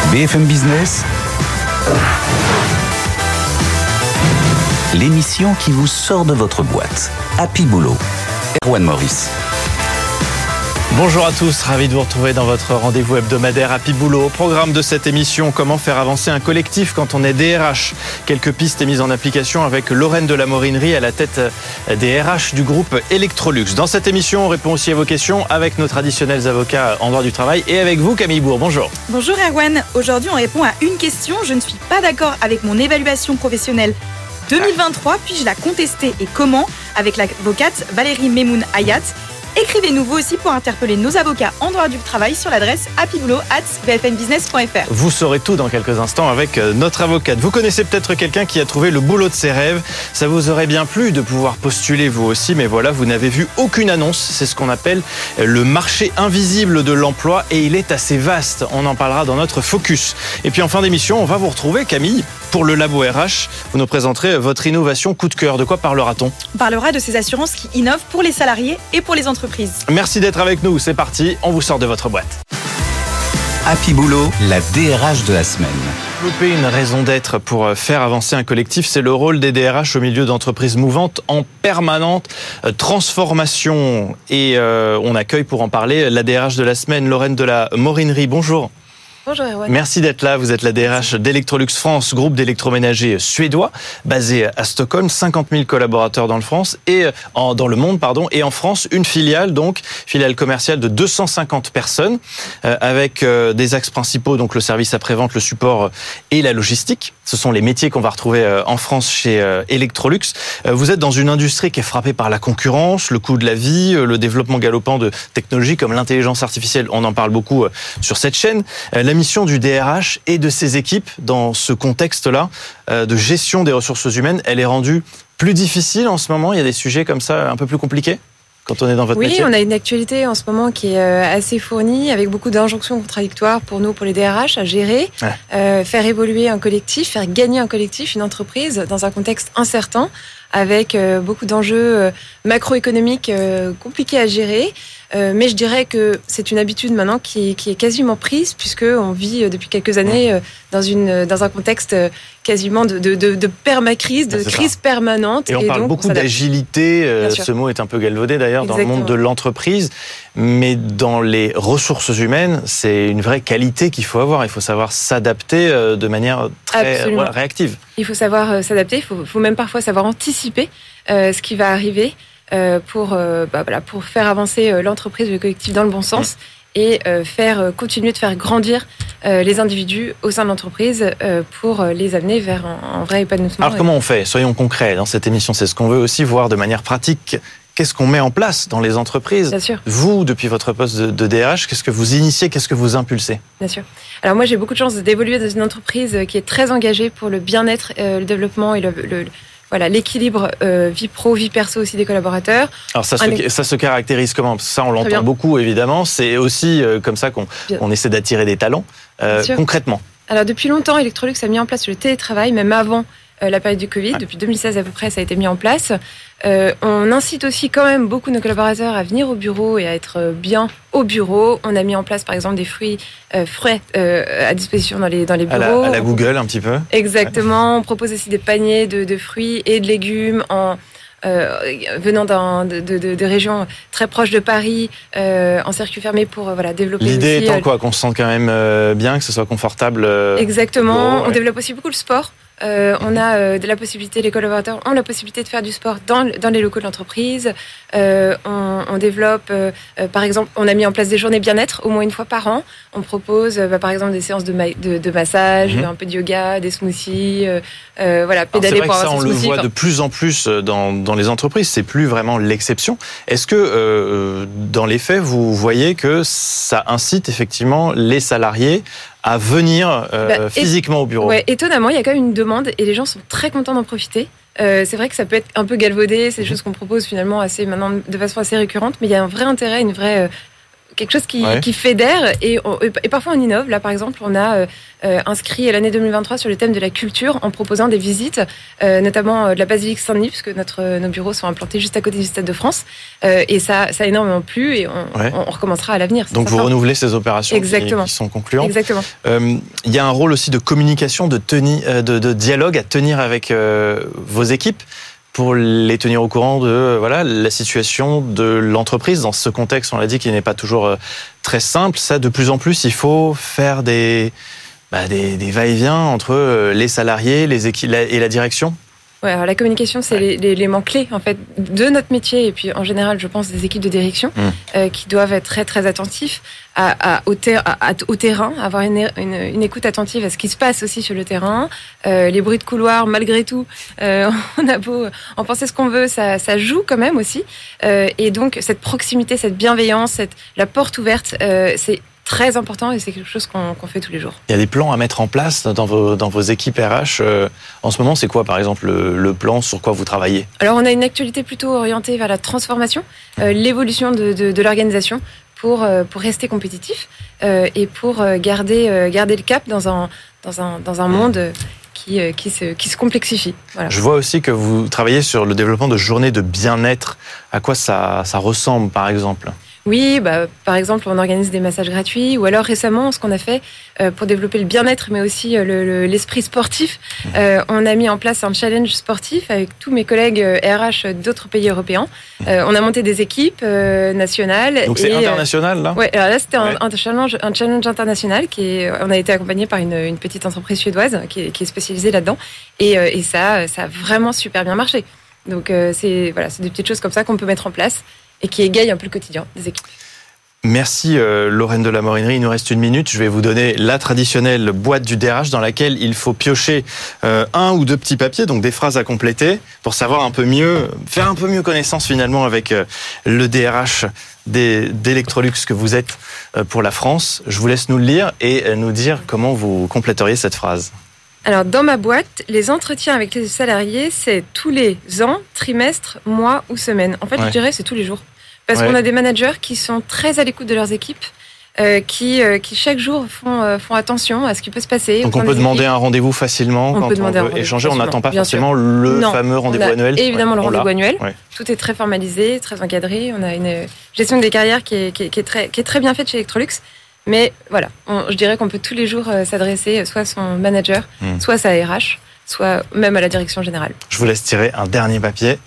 BFM Business, l'émission qui vous sort de votre boîte. Happy Boulot. Erwan Maurice. Bonjour à tous, ravi de vous retrouver dans votre rendez-vous hebdomadaire Happy Boulot. Au programme de cette émission, comment faire avancer un collectif quand on est DRH. Quelques pistes mises en application avec Lorraine de la Morinerie à la tête des RH du groupe Electrolux. Dans cette émission, on répond aussi à vos questions avec nos traditionnels avocats en droit du travail et avec vous Camille Bourg. Bonjour. Bonjour Erwan, aujourd'hui on répond à une question. Je ne suis pas d'accord avec mon évaluation professionnelle 2023, puis-je la contester et comment? Avec l'avocate Valérie Memoun Hayat. Écrivez-nous vous aussi pour interpeller nos avocats en droit du travail sur l'adresse happyboulot@bfmbusiness.fr. Vous saurez tout dans quelques instants avec notre avocate. Vous connaissez peut-être quelqu'un qui a trouvé le boulot de ses rêves. Ça vous aurait bien plu de pouvoir postuler vous aussi, mais voilà, vous n'avez vu aucune annonce. C'est ce qu'on appelle le marché invisible de l'emploi et il est assez vaste. On en parlera dans notre focus. Et puis en fin d'émission, on va vous retrouver Camille pour le Labo RH. Vous nous présenterez votre innovation coup de cœur. De quoi parlera-t-on? On parlera de ces assurances qui innovent pour les salariés et pour les entreprises. Merci d'être avec nous, c'est parti, on vous sort de votre boîte. Happy Boulot, la DRH de la semaine. Développer une raison d'être pour faire avancer un collectif, c'est le rôle des DRH au milieu d'entreprises mouvantes en permanente transformation. Et on accueille pour en parler la DRH de la semaine, Lorraine de la Morinerie. Bonjour. Bonjour Erwan. Merci d'être là. Vous êtes la DRH d'Electrolux France, groupe d'électroménagers suédois, basé à Stockholm, 50 000 collaborateurs dans le monde, et en France, une filiale commerciale de 250 personnes, avec des axes principaux, donc le service après-vente, le support et la logistique. Ce sont les métiers qu'on va retrouver en France chez Electrolux. Vous êtes dans une industrie qui est frappée par la concurrence, le coût de la vie, le développement galopant de technologies comme l'intelligence artificielle. On en parle beaucoup sur cette chaîne. La mission du DRH et de ses équipes dans ce contexte-là de gestion des ressources humaines, elle est rendue plus difficile en ce moment. Il y a des sujets comme ça un peu plus compliqués quand on est dans votre métier. Oui, on a une actualité en ce moment qui est assez fournie, avec beaucoup d'injonctions contradictoires pour nous, pour les DRH, à gérer, faire évoluer un collectif, faire gagner un collectif, une entreprise, dans un contexte incertain, avec beaucoup d'enjeux macroéconomiques compliqués à gérer. Mais je dirais que c'est une habitude maintenant qui est quasiment prise, puisqu'on vit depuis quelques années dans un contexte quasiment de permacrise, de crise permanente. Et on parle beaucoup d'agilité, ce mot est un peu galvaudé d'ailleurs. Exactement. Dans le monde de l'entreprise, mais dans les ressources humaines, c'est une vraie qualité qu'il faut avoir. Il faut savoir s'adapter de manière très réactive. Il faut savoir s'adapter, il faut même parfois savoir anticiper ce qui va arriver. Pour faire avancer l'entreprise ou le collectif dans le bon sens et continuer de faire grandir les individus au sein de l'entreprise pour les amener vers un vrai épanouissement. Alors comment on fait? Soyons concrets dans cette émission, c'est ce qu'on veut aussi voir de manière pratique. Qu'est-ce qu'on met en place dans les entreprises? Bien sûr. Vous, depuis votre poste de DRH, qu'est-ce que vous initiez, qu'est-ce que vous impulsez? Bien sûr. Alors moi, j'ai beaucoup de chance d'évoluer dans une entreprise qui est très engagée pour le bien-être, le développement et l'équilibre vie pro, vie perso aussi des collaborateurs. Alors ça se caractérise comment? Parce que ça, on l'entend beaucoup, évidemment. C'est aussi comme ça qu'on essaie d'attirer des talents. Concrètement. Alors depuis longtemps, Electrolux a mis en place le télétravail, même avant la période du Covid. Depuis 2016 à peu près, ça a été mis en place. On incite aussi quand même beaucoup nos collaborateurs à venir au bureau et à être bien au bureau. On a mis en place par exemple des fruits frais à disposition dans les bureaux. À la Google un petit peu. Exactement. On propose aussi des paniers de fruits et de légumes venant de régions très proches de Paris, en circuit fermé pour développer. L'idée étant qu'on se sente quand même bien, que ce soit confortable. Exactement. On développe aussi beaucoup le sport. On a de la possibilité, les collaborateurs ont la possibilité de faire du sport dans les locaux de l'entreprise. On développe, par exemple, on a mis en place des journées bien-être au moins une fois par an. On propose, par exemple, des séances de massage, un peu de yoga, des smoothies, pédaler pour avoir son smoothie. On le voit de plus en plus dans les entreprises. C'est plus vraiment l'exception. Est-ce que, dans les faits, vous voyez que ça incite effectivement les salariés à venir physiquement au bureau? Ouais, étonnamment, il y a quand même une demande et les gens sont très contents d'en profiter. C'est vrai que ça peut être un peu galvaudé, c'est des choses qu'on propose finalement maintenant de façon assez récurrente, mais il y a un vrai intérêt, une vraie quelque chose qui fédère et parfois on innove. Là, par exemple, on a inscrit l'année 2023 sur le thème de la culture en proposant des visites, notamment de la basilique Saint-Denis, puisque nos bureaux sont implantés juste à côté du Stade de France. Et ça a énormément plu et on recommencera à l'avenir. Donc vous renouvelez ces opérations qui sont concluantes. Exactement. Il y a un rôle aussi de communication, de dialogue à tenir avec vos équipes pour les tenir au courant de la situation de l'entreprise dans ce contexte, on l'a dit, qui n'est pas toujours très simple. Ça, de plus en plus, il faut faire des va-et-vient entre les salariés, les équipes et la direction. Ouais, alors la communication, c'est l'élément clé en fait de notre métier et puis en général, je pense des équipes de direction qui doivent être très très attentifs au terrain, avoir une écoute attentive à ce qui se passe aussi sur le terrain. Les bruits de couloir, malgré tout, on a beau en penser ce qu'on veut, ça joue quand même aussi. Et donc cette proximité, cette bienveillance, la porte ouverte, c'est très important et c'est quelque chose qu'on fait tous les jours. Il y a des plans à mettre en place dans vos équipes RH. En ce moment, c'est quoi, par exemple, le plan sur quoi vous travaillez ? Alors, on a une actualité plutôt orientée vers la transformation, l'évolution de l'organisation pour rester compétitif et pour garder le cap dans un monde qui se complexifie. Voilà. Je vois aussi que vous travaillez sur le développement de journées de bien-être. À quoi ça ressemble, par exemple ? Oui, par exemple, on organise des massages gratuits ou alors récemment, ce qu'on a fait pour développer le bien-être, mais aussi l'esprit sportif, on a mis en place un challenge sportif avec tous mes collègues RH d'autres pays européens. On a monté des équipes nationales. Donc c'est international, là ? Oui, alors là, c'était un challenge international on a été accompagné par une petite entreprise suédoise qui est spécialisée là-dedans. Et ça a vraiment super bien marché. Donc c'est des petites choses comme ça qu'on peut mettre en place et qui égayent un peu le quotidien des équipes. Merci Lorraine de la Morinerie. Il nous reste 1 minute. Je vais vous donner la traditionnelle boîte du DRH dans laquelle il faut piocher 1 ou 2 petits papiers, donc des phrases à compléter pour savoir faire un peu mieux connaissance finalement avec le DRH d'Electrolux que vous êtes pour la France. Je vous laisse nous le lire et nous dire comment vous compléteriez cette phrase. Alors, dans ma boîte, les entretiens avec les salariés, c'est tous les ans, trimestres, mois ou semaines. En fait, je dirais c'est tous les jours. Parce qu'on a des managers qui sont très à l'écoute de leurs équipes, qui chaque jour font attention à ce qui peut se passer. Donc on peut demander un rendez-vous facilement quand on veut échanger. On n'attend pas forcément le fameux rendez-vous annuel. Évidemment, le rendez-vous annuel. Ouais. Tout est très formalisé, très encadré. On a une gestion des carrières qui est très bien faite chez Electrolux. Mais voilà, je dirais qu'on peut tous les jours s'adresser soit à son manager, soit à sa RH, soit même à la direction générale. Je vous laisse tirer un dernier papier.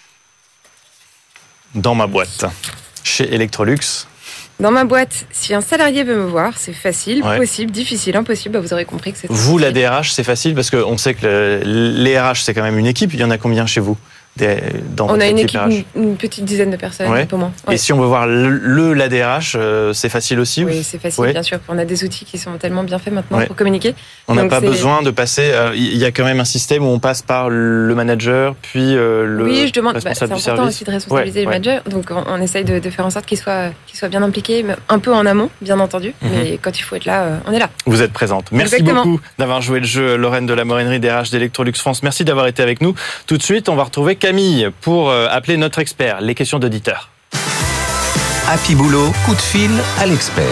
Dans ma boîte, chez Electrolux. Dans ma boîte, si un salarié veut me voir, c'est facile, possible, difficile, impossible. Vous aurez compris que c'est Vous, la DRH, c'est facile parce qu'on sait que les RH, c'est quand même une équipe. Il y en a combien chez vous ? On a une équipe, une petite dizaine de personnes, un peu moins. Et si on veut voir la DRH, c'est facile aussi ? Oui, c'est facile, bien sûr. On a des outils qui sont tellement bien faits maintenant pour communiquer. On n'a pas besoin de passer... Il y a quand même un système où on passe par le manager, puis le responsable du service. C'est important aussi de responsabiliser le manager. Donc on essaye de faire en sorte qu'il soit bien impliqué, un peu en amont, bien entendu. Mais quand il faut être là, on est là. Vous êtes présente. Merci beaucoup d'avoir joué le jeu, Lorraine de la Morinerie, DRH d'Electrolux France. Merci d'avoir été avec nous. Tout de suite, on va retrouver Camille pour appeler notre expert, les questions d'auditeurs. Happy Boulot, coup de fil à l'expert.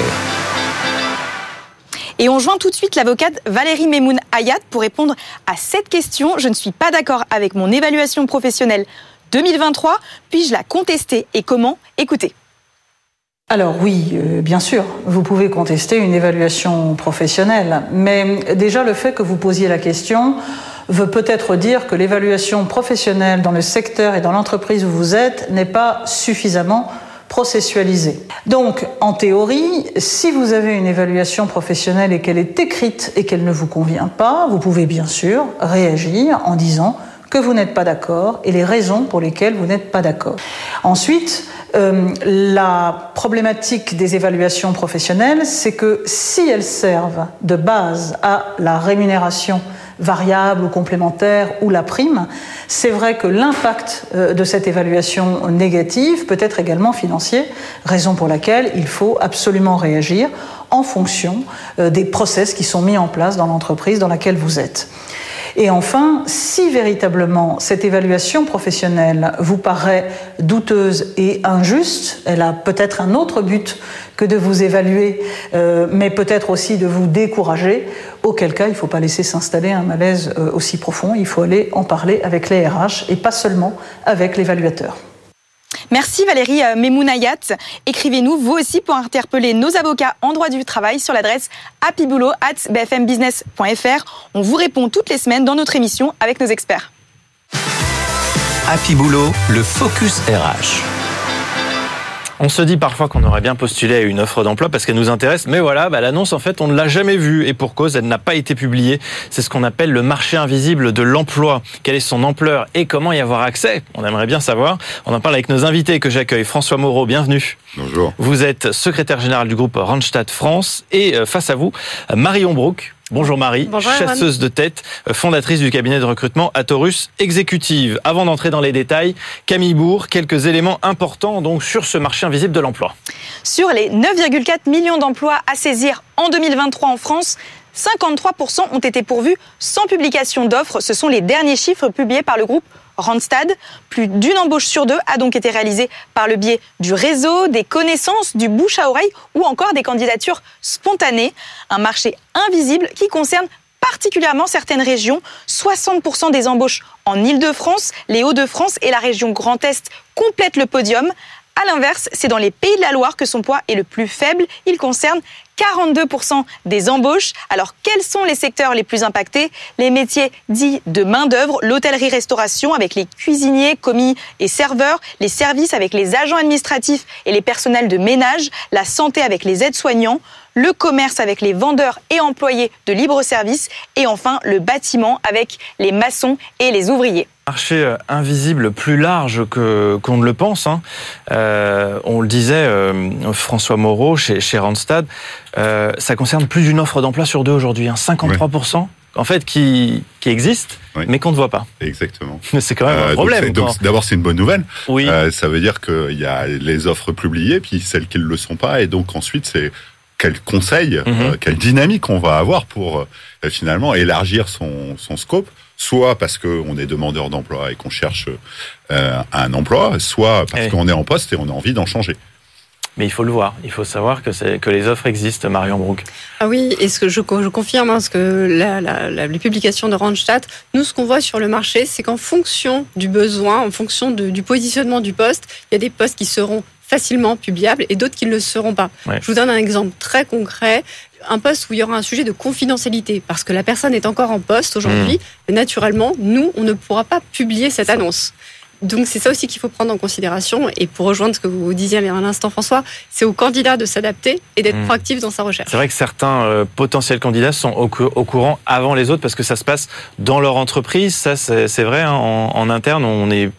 Et on joint tout de suite l'avocate Valérie Memoun Hayat pour répondre à cette question. Je ne suis pas d'accord avec mon évaluation professionnelle 2023. Puis-je la contester et comment ? Écoutez. Alors oui, bien sûr, vous pouvez contester une évaluation professionnelle. Mais déjà, le fait que vous posiez la question veut peut-être dire que l'évaluation professionnelle dans le secteur et dans l'entreprise où vous êtes n'est pas suffisamment processualisée. Donc, en théorie, si vous avez une évaluation professionnelle et qu'elle est écrite et qu'elle ne vous convient pas, vous pouvez bien sûr réagir en disant que vous n'êtes pas d'accord et les raisons pour lesquelles vous n'êtes pas d'accord. Ensuite, la problématique des évaluations professionnelles, c'est que si elles servent de base à la rémunération variable ou complémentaire ou la prime, c'est vrai que l'impact de cette évaluation négative peut être également financier, raison pour laquelle il faut absolument réagir en fonction des process qui sont mis en place dans l'entreprise dans laquelle vous êtes. Et enfin, si véritablement cette évaluation professionnelle vous paraît douteuse et injuste, elle a peut-être un autre but que de vous évaluer, mais peut-être aussi de vous décourager, auquel cas il ne faut pas laisser s'installer un malaise aussi profond. Il faut aller en parler avec les RH et pas seulement avec l'évaluateur. Merci Valérie Memoun-Hayat. Écrivez-nous vous aussi pour interpeller nos avocats en droit du travail sur l'adresse happyboulot@bfmbusiness.fr. On vous répond toutes les semaines dans notre émission avec nos experts. Happy Boulot, le focus RH. On se dit parfois qu'on aurait bien postulé à une offre d'emploi parce qu'elle nous intéresse, mais voilà, l'annonce en fait on ne l'a jamais vue et pour cause, elle n'a pas été publiée. C'est ce qu'on appelle le marché invisible de l'emploi. Quelle est son ampleur et comment y avoir accès? On aimerait bien savoir. On en parle avec nos invités que j'accueille. François Moreau, bienvenue. Bonjour. Vous êtes secrétaire général du groupe Randstad France et face à vous, Marion Brook. Bonjour Marie, bonjour, chasseuse de tête, fondatrice du cabinet de recrutement Atorus Exécutive. Avant d'entrer dans les détails, Camille Bourg, quelques éléments importants donc sur ce marché invisible de l'emploi. Sur les 9,4 millions d'emplois à saisir en 2023 en France, 53% ont été pourvus sans publication d'offres. Ce sont les derniers chiffres publiés par le groupe Randstad. Plus d'une embauche sur deux a donc été réalisée par le biais du réseau, des connaissances, du bouche à oreille ou encore des candidatures spontanées. Un marché invisible qui concerne particulièrement certaines régions. 60% des embauches en Île-de-France, les Hauts-de-France et la région Grand Est complètent le podium. À l'inverse, c'est dans les Pays de la Loire que son poids est le plus faible. Il concerne 42% des embauches. Alors, quels sont les secteurs les plus impactés? Les métiers dits de main-d'œuvre, l'hôtellerie-restauration avec les cuisiniers, commis et serveurs, les services avec les agents administratifs et les personnels de ménage, la santé avec les aides-soignants, le commerce avec les vendeurs et employés de libre-service et enfin le bâtiment avec les maçons et les ouvriers. Marché invisible plus large qu'on ne le pense. On le disait, François Moreau chez Randstad, ça concerne plus d'une offre d'emploi sur deux aujourd'hui, 53%. Ouais. En fait, qui existe, oui, mais qu'on ne voit pas. Exactement. Mais c'est quand même un problème. Donc d'abord, c'est une bonne nouvelle. Oui. Ça veut dire qu'il y a les offres publiées, puis celles qui ne le sont pas, et donc ensuite, c'est quel conseil, quelle dynamique on va avoir pour finalement élargir son scope, soit parce qu'on est demandeur d'emploi et qu'on cherche un emploi, soit parce qu'on est en poste et on a envie d'en changer. Mais il faut le voir, il faut savoir que les offres existent, Marion Brook. Ah oui, et ce que je confirme, parce que les publications de Randstad, nous ce qu'on voit sur le marché, c'est qu'en fonction du besoin, en fonction du positionnement du poste, il y a des postes qui seront facilement publiables et d'autres qui ne le seront pas. Ouais. Je vous donne un exemple très concret. Un poste où il y aura un sujet de confidentialité, parce que la personne est encore en poste aujourd'hui, et naturellement, nous, on ne pourra pas publier cette annonce. Donc c'est ça aussi qu'il faut prendre en considération. Et pour rejoindre ce que vous disiez à l'instant, François, c'est au candidat de s'adapter et d'être proactif dans sa recherche. C'est vrai que certains potentiels candidats sont au courant avant les autres parce que ça se passe dans leur entreprise. Ça, c'est vrai, hein, en interne, on est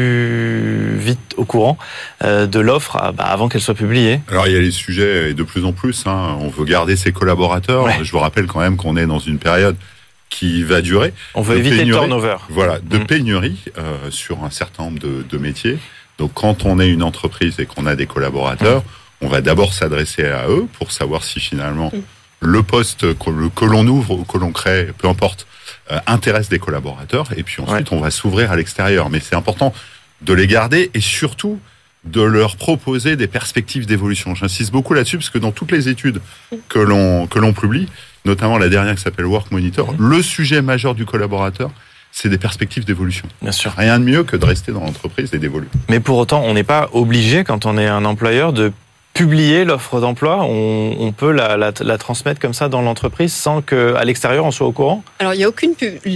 plus vite au courant de l'offre avant qu'elle soit publiée. Alors il y a les sujets, et de plus en plus, on veut garder ses collaborateurs. Ouais. Je vous rappelle quand même qu'on est dans une période qui va durer. On veut éviter le turnover. Voilà, de pénurie sur un certain nombre de métiers. Donc quand on est une entreprise et qu'on a des collaborateurs, on va d'abord s'adresser à eux pour savoir si finalement le poste que l'on ouvre ou que l'on crée, peu importe, intéresse des collaborateurs. Et puis ensuite, on va s'ouvrir à l'extérieur. Mais c'est important de les garder et surtout de leur proposer des perspectives d'évolution. J'insiste beaucoup là-dessus parce que dans toutes les études que l'on publie, notamment la dernière qui s'appelle Work Monitor, le sujet majeur du collaborateur, c'est des perspectives d'évolution. Bien sûr. Rien de mieux que de rester dans l'entreprise et d'évoluer. Mais pour autant, on n'est pas obligé, quand on est un employeur, de publier l'offre d'emploi. On peut la transmettre comme ça dans l'entreprise sans qu'à l'extérieur, on soit au courant? Alors, il n'y a aucune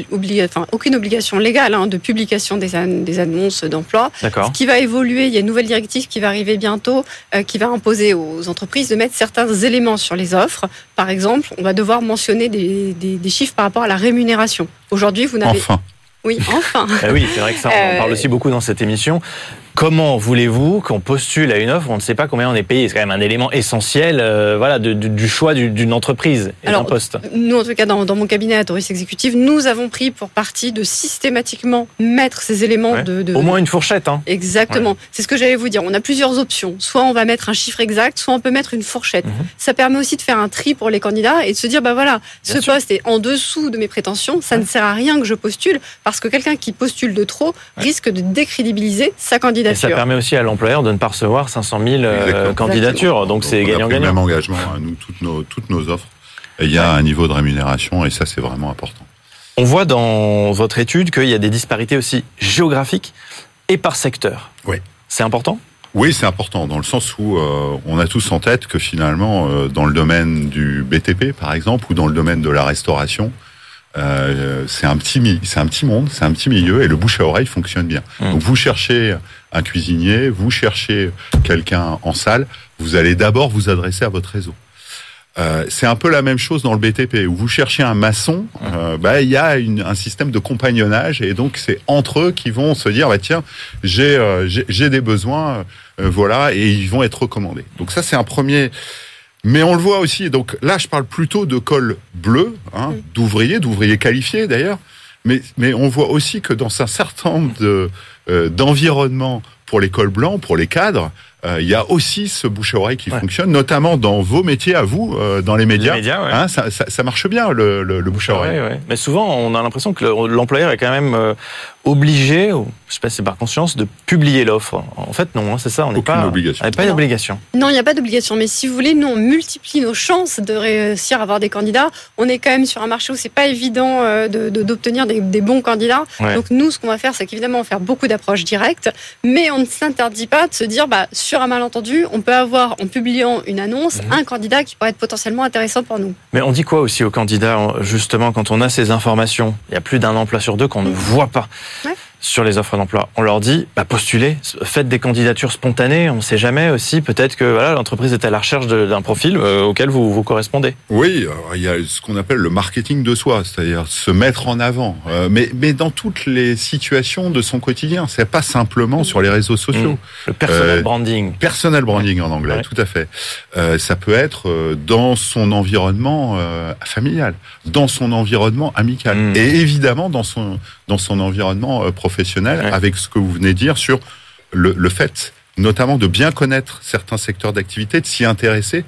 obligation légale de publication des annonces d'emploi. D'accord. Ce qui va évoluer, il y a une nouvelle directive qui va arriver bientôt, qui va imposer aux entreprises de mettre certains éléments sur les offres. Par exemple, on va devoir mentionner des chiffres par rapport à la rémunération. Aujourd'hui, vous n'avez... Enfin. Oui, enfin. Oui, c'est vrai que ça, on en parle aussi beaucoup dans cette émission. Comment voulez-vous qu'on postule à une offre où on ne sait pas combien on est payé? C'est quand même un élément essentiel du choix d'une entreprise et d'un poste. Nous, en tout cas, dans mon cabinet Atorus Exécutive, nous avons pris pour partie de systématiquement mettre ces éléments Au moins une fourchette. Exactement. Ouais. C'est ce que j'allais vous dire. On a plusieurs options. Soit on va mettre un chiffre exact, soit on peut mettre une fourchette. Ça permet aussi de faire un tri pour les candidats et de se dire, ce poste est en dessous de mes prétentions. Ça ne sert à rien que je postule parce que quelqu'un qui postule de trop risque de décrédibiliser sa candidature. candidatures. Et ça permet aussi à l'employeur de ne pas recevoir 500 000 candidatures. Donc c'est gagnant-gagnant. On a pris le même engagement, nous, toutes nos offres. Et il y a un niveau de rémunération et ça, c'est vraiment important. On voit dans votre étude qu'il y a des disparités aussi géographiques et par secteur. Oui. C'est important ? Oui, c'est important dans le sens où on a tous en tête que finalement, dans le domaine du BTP, par exemple, ou dans le domaine de la restauration, c'est un petit monde, c'est un petit milieu et le bouche à oreille fonctionne bien. Donc vous cherchez un cuisinier, vous cherchez quelqu'un en salle, vous allez d'abord vous adresser à votre réseau. C'est un peu la même chose dans le BTP où vous cherchez un maçon, il y a un système de compagnonnage et donc c'est entre eux qui vont se dire tiens j'ai des besoins voilà et ils vont être recommandés. Donc ça c'est un premier. Mais on le voit aussi, donc là je parle plutôt de col bleu, d'ouvriers qualifiés d'ailleurs, mais on voit aussi que dans un certain nombre d'environnements pour les cols blancs, pour les cadres, il y a aussi ce bouche à oreille qui fonctionne, notamment dans vos métiers à vous, dans les médias. Ça marche bien le bouche à oreille. Ouais. Mais souvent on a l'impression que l'employeur est quand même obligé, ou je sais pas si c'est par conscience, de publier l'offre. En fait non, c'est ça, on n'est pas obligation. On n'a pas d'obligation. Non, il n'y a pas d'obligation, mais si vous voulez, nous on multiplie nos chances de réussir à avoir des candidats. On est quand même sur un marché où c'est pas évident d'obtenir des bons candidats. Ouais. Donc nous, ce qu'on va faire, c'est qu'évidemment on va faire beaucoup d'approches directes, mais on ne s'interdit pas de se dire sur un malentendu, on peut avoir en publiant une annonce un candidat qui pourrait être potentiellement intéressant pour nous. Mais on dit quoi aussi aux candidats justement quand on a ces informations? Il y a plus d'un emploi sur deux qu'on ne voit pas. Ouais. Sur les offres d'emploi. On leur dit, postulez, faites des candidatures spontanées, on ne sait jamais aussi, peut-être que l'entreprise est à la recherche d'un profil auquel vous correspondez. Oui, il y a ce qu'on appelle le marketing de soi, c'est-à-dire se mettre en avant, mais dans toutes les situations de son quotidien, c'est pas simplement sur les réseaux sociaux. Le personal branding. Personal branding en anglais, tout à fait. Ça peut être dans son environnement familial, dans son environnement amical, et évidemment dans son environnement professionnel, avec ce que vous venez de dire sur le fait, notamment de bien connaître certains secteurs d'activité, de s'y intéresser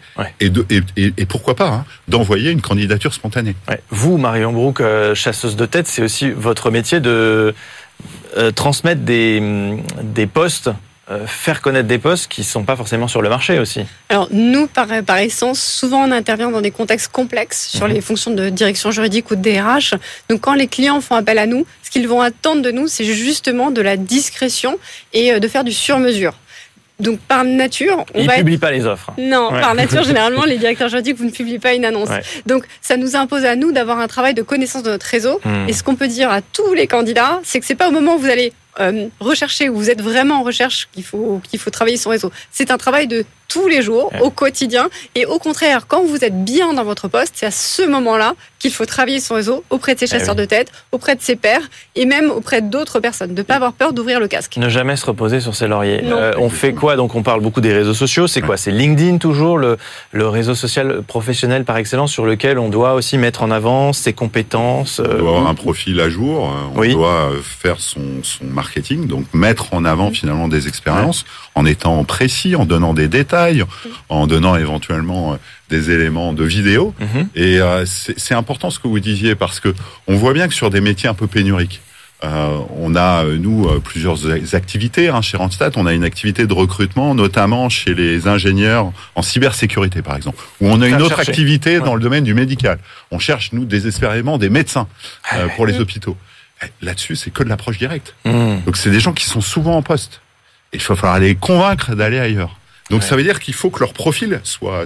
et pourquoi pas d'envoyer une candidature spontanée. Ouais. Vous, Marion Brouk, chasseuse de tête, c'est aussi votre métier de transmettre des postes, faire connaître des postes qui ne sont pas forcément sur le marché aussi. Alors nous, par essence, souvent on intervient dans des contextes complexes sur les fonctions de direction juridique ou de DRH. Donc quand les clients font appel à nous, ce qu'ils vont attendre de nous, c'est justement de la discrétion et de faire du sur-mesure. Donc par nature, ils ne publient pas les offres. Non, par nature, généralement, les directeurs juridiques, vous ne publiez pas une annonce. Donc ça nous impose à nous d'avoir un travail de connaissance de notre réseau. Et ce qu'on peut dire à tous les candidats, c'est que c'est pas au moment où vous allez rechercher, où vous êtes vraiment en recherche qu'il faut travailler son réseau. C'est un travail de tous les jours, au quotidien. Et au contraire, quand vous êtes bien dans votre poste, c'est à ce moment-là qu'il faut travailler son réseau auprès de ses chasseurs de tête, auprès de ses pairs et même auprès d'autres personnes. De ne pas avoir peur d'ouvrir le casque. Ne jamais se reposer sur ses lauriers. On fait quoi? Donc on parle beaucoup des réseaux sociaux. C'est quoi? C'est LinkedIn toujours, le réseau social professionnel par excellence sur lequel on doit aussi mettre en avant ses compétences. On doit avoir un profil à jour. On doit faire son marketing, donc mettre en avant finalement des expériences en étant précis, en donnant des détails, en donnant éventuellement des éléments de vidéo. Et c'est important ce que vous disiez parce que on voit bien que sur des métiers un peu pénuriques, on a, nous, plusieurs activités chez Randstad. On a une activité de recrutement, notamment chez les ingénieurs en cybersécurité, par exemple. Ou on a une autre activité dans le domaine du médical. On cherche, nous, désespérément, des médecins pour les hôpitaux. Là-dessus, c'est que de l'approche directe. Donc, c'est des gens qui sont souvent en poste. Et il va falloir les convaincre d'aller ailleurs. Donc ça veut dire qu'il faut que leur profil soit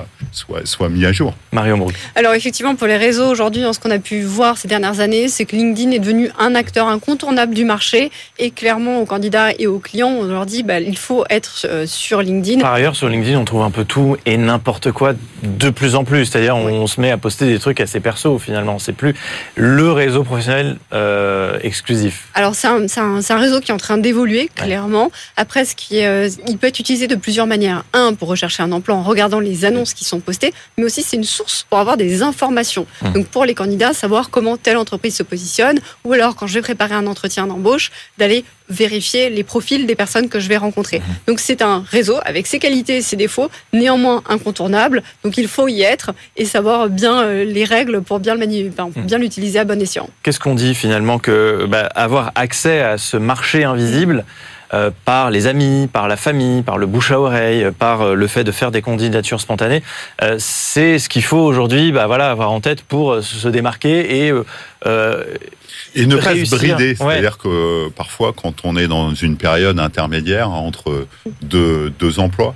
mis à jour. Marion Brouk. Alors effectivement, pour les réseaux aujourd'hui, dans ce qu'on a pu voir ces dernières années, c'est que LinkedIn est devenu un acteur incontournable du marché. Et clairement, aux candidats et aux clients, on leur dit il faut être sur LinkedIn. Par ailleurs, sur LinkedIn, on trouve un peu tout et n'importe quoi de plus en plus. C'est-à-dire, on se met à poster des trucs assez perso finalement. C'est plus le réseau professionnel exclusif. Alors c'est un réseau qui est en train d'évoluer clairement. Après, il peut être utilisé de plusieurs manière. Pour rechercher un emploi en regardant les annonces qui sont postées, mais aussi c'est une source pour avoir des informations. Donc pour les candidats, savoir comment telle entreprise se positionne, ou alors quand je vais préparer un entretien d'embauche, d'aller vérifier les profils des personnes que je vais rencontrer. Donc c'est un réseau avec ses qualités et ses défauts, néanmoins incontournable. Donc il faut y être et savoir bien les règles pour bien bien l'utiliser à bon escient. Qu'est-ce qu'on dit finalement que avoir accès à ce marché invisible par les amis, par la famille, par le bouche à oreille, par le fait de faire des candidatures spontanées. C'est ce qu'il faut aujourd'hui avoir en tête pour se démarquer et ne pas se brider. Ouais. C'est-à-dire que parfois, quand on est dans une période intermédiaire entre deux emplois,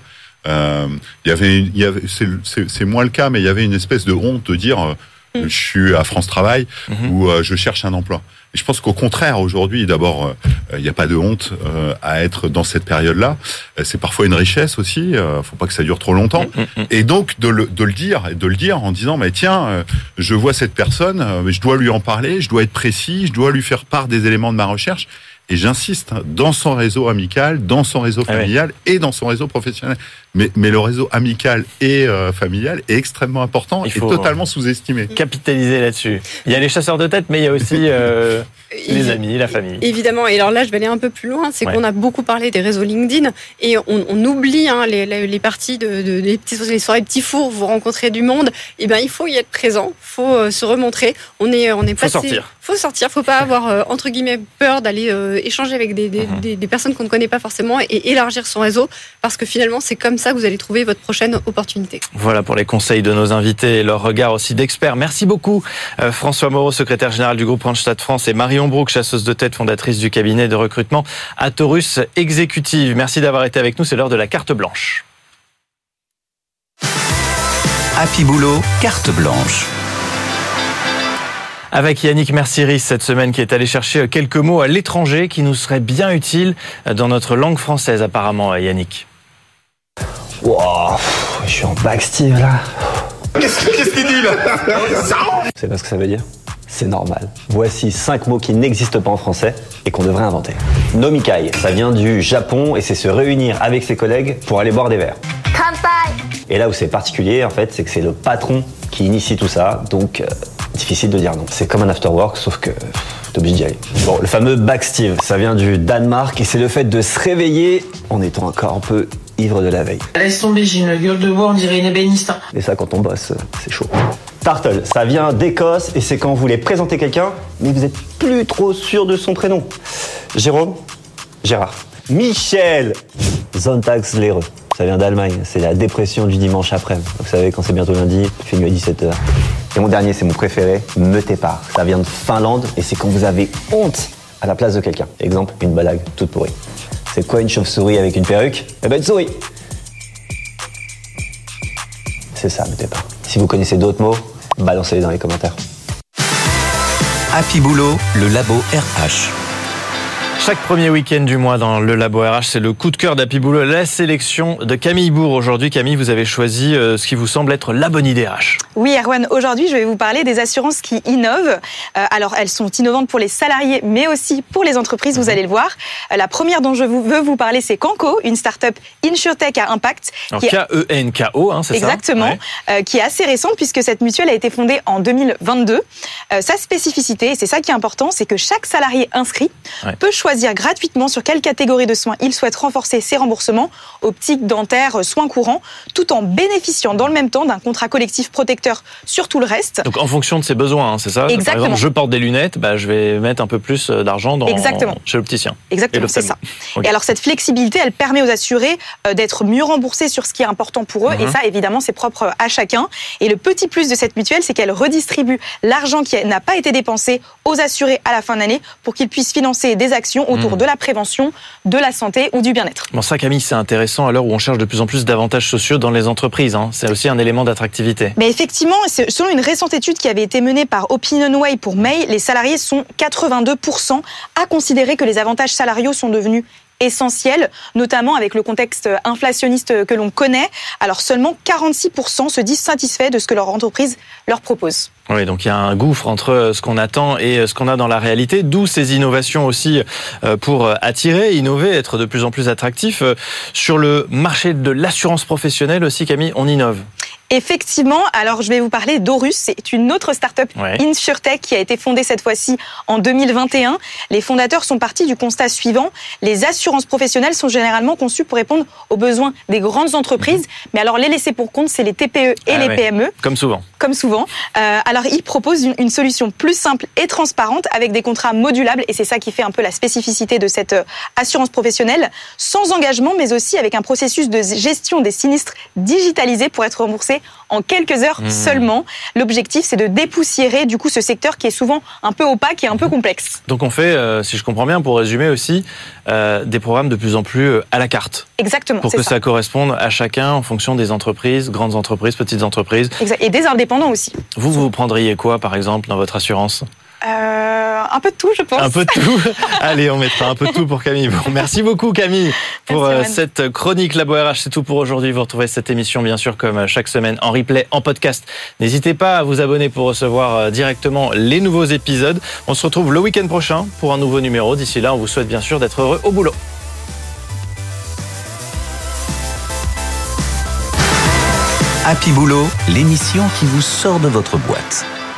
c'est moins le cas, mais il y avait une espèce de honte de dire je suis à France Travail ou je cherche un emploi. Et je pense qu'au contraire, aujourd'hui, d'abord, il n'y a pas de honte à être dans cette période-là. C'est parfois une richesse aussi. Faut pas que ça dure trop longtemps. Et donc de le dire en disant mais tiens, je vois cette personne, je dois lui en parler, je dois être précis, je dois lui faire part des éléments de ma recherche. Et j'insiste, dans son réseau amical, dans son réseau familial et dans son réseau professionnel. Mais le réseau amical et familial est extrêmement important et totalement sous-estimé. Capitaliser là-dessus. Il y a les chasseurs de tête, mais il y a aussi les amis, la famille. Évidemment. Et alors là, je vais aller un peu plus loin. C'est qu'on a beaucoup parlé des réseaux LinkedIn et on oublie les parties les soirées petits fours. Vous rencontrez du monde. Eh bien, il faut y être présent. Il faut se remontrer. On est faut sortir. Faut sortir. Faut pas avoir entre guillemets peur d'aller échanger avec des personnes qu'on ne connaît pas forcément et élargir son réseau parce que finalement, c'est comme ça que vous allez trouver votre prochaine opportunité. Voilà pour les conseils de nos invités et leur regard aussi d'experts. Merci beaucoup François Moreau, secrétaire général du groupe Randstad France, et Marion Brooke, chasseuse de tête, fondatrice du cabinet de recrutement Atorus Executive. Merci d'avoir été avec nous, c'est l'heure de la carte blanche. Happy Boulot, carte blanche. Avec Yannick Mercieris cette semaine qui est allé chercher quelques mots à l'étranger qui nous seraient bien utiles dans notre langue française apparemment, Yannick. Wow, je suis en bac Steve là. Qu'est-ce qu'il dit là? Vous savez pas ce que ça veut dire? C'est normal. Voici 5 mots qui n'existent pas en français et qu'on devrait inventer. Nomikai, ça vient du Japon et c'est se réunir avec ses collègues pour aller boire des verres. Kanpai. Et là où c'est particulier en fait, c'est que c'est le patron qui initie tout ça, donc difficile de dire non. C'est comme un after work, sauf que t'es obligé d'y aller. Bon, le fameux back Steve, ça vient du Danemark et c'est le fait de se réveiller en étant encore un peu ivre de la veille. Laisse tomber, j'ai une gueule de bois, on dirait une ébéniste. Et ça, quand on bosse, c'est chaud. Turtle, ça vient d'Écosse et c'est quand vous voulez présenter quelqu'un, mais vous êtes plus trop sûr de son prénom. Jérôme, Gérard. Michel, Sonntagslehre. Ça vient d'Allemagne, c'est la dépression du dimanche après. Vous savez, quand c'est bientôt lundi, il fait nuit à 17h. Et mon dernier, c'est mon préféré, Mötepar. Ça vient de Finlande et c'est quand vous avez honte à la place de quelqu'un. Exemple, une blague toute pourrie. C'est quoi une chauve-souris avec une perruque? Eh ben une souris. C'est ça, Mötepar. Si vous connaissez d'autres mots, balancez-les dans les commentaires. Happy Boulot, le labo RH. Chaque premier week-end du mois dans le Labo RH, c'est le coup de cœur d'Happy Boulot, la sélection de Camille Bourg. Aujourd'hui, Camille, vous avez choisi ce qui vous semble être la bonne idée RH. Oui, Erwan, aujourd'hui, je vais vous parler des assurances qui innovent. Alors, elles sont innovantes pour les salariés, mais aussi pour les entreprises, vous allez le voir. La première dont je veux vous parler, c'est Kenko, une start-up InsurTech à impact. Alors, K-E-N-K-O, c'est ça? Exactement, qui est assez récente puisque cette mutuelle a été fondée en 2022. Sa spécificité, et c'est ça qui est important, c'est que chaque salarié inscrit peut choisir gratuitement sur quelle catégorie de soins il souhaite renforcer ses remboursements, optique, dentaire, soins courants, tout en bénéficiant dans le même temps d'un contrat collectif protecteur sur tout le reste. Donc en fonction de ses besoins, c'est ça? Exactement. Par exemple, je porte des lunettes, je vais mettre un peu plus d'argent chez l'opticien. Exactement, c'est ça. Okay. Et alors cette flexibilité, elle permet aux assurés d'être mieux remboursés sur ce qui est important pour eux, et ça évidemment c'est propre à chacun. Et le petit plus de cette mutuelle, c'est qu'elle redistribue l'argent qui n'a pas été dépensé aux assurés à la fin d'année pour qu'ils puissent financer des actions autour de la prévention, de la santé ou du bien-être. Bon, ça, Camille, c'est intéressant à l'heure où on cherche de plus en plus d'avantages sociaux dans les entreprises. C'est aussi un élément d'attractivité. Mais effectivement, selon une récente étude qui avait été menée par OpinionWay pour May, les salariés sont 82% à considérer que les avantages salariaux sont devenus essentiels, notamment avec le contexte inflationniste que l'on connaît. Alors seulement 46% se disent satisfaits de ce que leur entreprise leur propose. Oui, donc il y a un gouffre entre ce qu'on attend et ce qu'on a dans la réalité, d'où ces innovations aussi pour attirer, innover, être de plus en plus attractif. Sur le marché de l'assurance professionnelle aussi, Camille, on innove. Effectivement, alors je vais vous parler d'Aurus, c'est une autre start-up InsurTech qui a été fondée cette fois-ci en 2021. Les fondateurs sont partis du constat suivant, les assurances professionnelles sont généralement conçues pour répondre aux besoins des grandes entreprises, mais alors les laissés pour compte, c'est les TPE et les PME. Comme souvent. Alors ils proposent une solution plus simple et transparente avec des contrats modulables, et c'est ça qui fait un peu la spécificité de cette assurance professionnelle, sans engagement, mais aussi avec un processus de gestion des sinistres digitalisé pour être remboursé en quelques heures seulement. L'objectif, c'est de dépoussiérer du coup ce secteur qui est souvent un peu opaque et un peu complexe. Donc on fait, si je comprends bien, pour résumer aussi, des programmes de plus en plus à la carte. Exactement. Pour que ça corresponde à chacun en fonction des entreprises, grandes entreprises, petites entreprises. Exact. Et des indépendants aussi. Vous prendriez quoi, par exemple, dans votre assurance ? Un peu de tout, je pense. Un peu de tout. Allez, on mettra un peu de tout pour Camille. Bon, merci beaucoup Camille pour cette chronique Labo RH. C'est tout pour aujourd'hui. Vous retrouvez cette émission bien sûr comme chaque semaine en replay, en podcast. N'hésitez pas à vous abonner pour recevoir directement les nouveaux épisodes. On se retrouve le week-end prochain pour un nouveau numéro. D'ici là, on vous souhaite bien sûr d'être heureux au boulot. Happy Boulot, l'émission qui vous sort de votre boîte.